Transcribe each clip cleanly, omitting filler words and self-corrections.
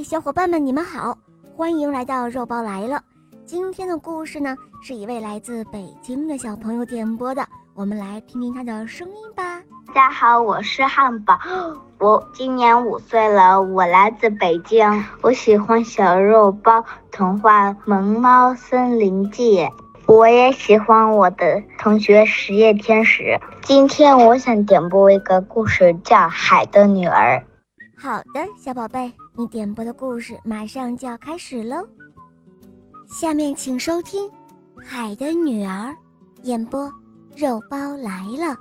小伙伴们，你们好，欢迎来到肉包来了。今天的故事呢，是一位来自北京的小朋友点播的，我们来听听他的声音吧。 大家好，我是汉堡，我今年5岁了，我来自北京，我喜欢小肉包童话《萌猫森林记》，我也喜欢我的同学实业天使。今天我想点播一个故事，叫《海的女儿》。 好的，小宝贝，你点播的故事马上就要开始喽。下面请收听《海的女儿》，演播肉包来了。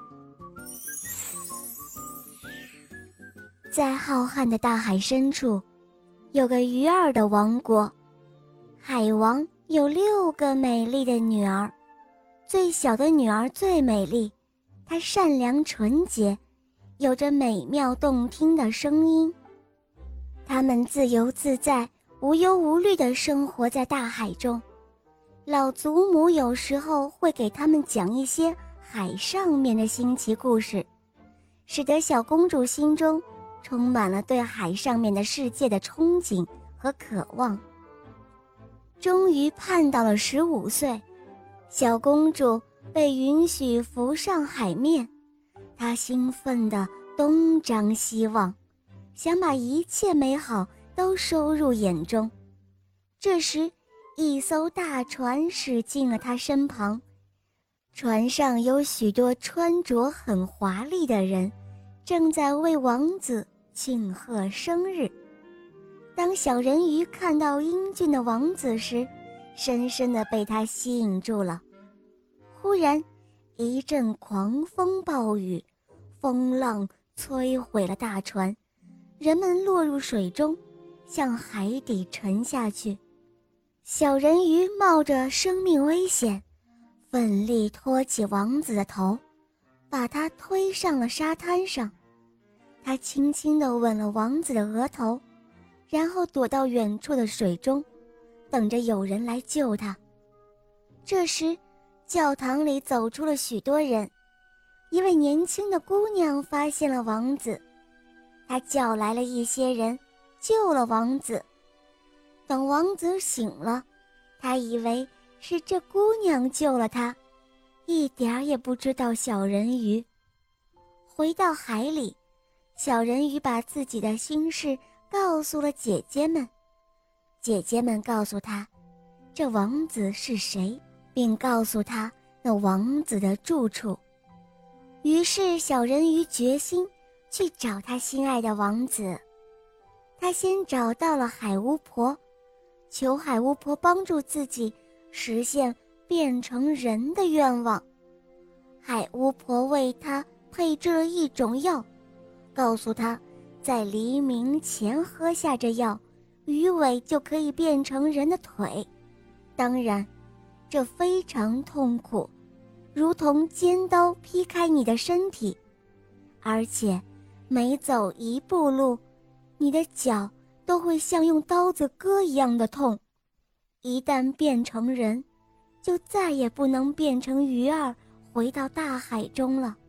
在浩瀚的大海深处，有个鱼儿的王国。海王有6个美丽的女儿，最小的女儿最美丽，她善良纯洁，有着美妙动听的声音。她们自由自在，无忧无虑地生活在大海中。老祖母有时候会给她们讲一些海上面的新奇故事，使得小公主心中充满了对海上面的世界的憧憬和渴望。终于盼到了15岁，小公主被允许浮上海面，她兴奋地东张西望，想把一切美好都收入眼中。这时，一艘大船驶进了她身旁，船上有许多穿着很华丽的人，正在为王子庆贺生日。当小人鱼看到英俊的王子时，深深地被他吸引住了。忽然，一阵狂风暴雨，风浪摧毁了大船，人们落入水中，向海底沉下去。小人鱼冒着生命危险，奋力托起王子的头，把他推上了沙滩上。他轻轻地吻了王子的额头，然后躲到远处的水中，等着有人来救他。这时，教堂里走出了许多人。一位年轻的姑娘发现了王子，她叫来了一些人，救了王子。等王子醒了，他以为是这姑娘救了他，一点儿也不知道小人鱼。回到海里，小人鱼把自己的心事告诉了姐姐们。姐姐们告诉他这王子是谁，并告诉他那王子的住处。于是小人鱼决心去找他心爱的王子。他先找到了海巫婆，求海巫婆帮助自己实现变成人的愿望。海巫婆为他配制了一种药，告诉他在黎明前喝下这药，鱼尾就可以变成人的腿。当然，这非常痛苦，如同尖刀劈开你的身体，而且每走一步路，你的脚都会像用刀子割一样的痛。一旦变成人，就再也不能变成鱼儿回到大海中了。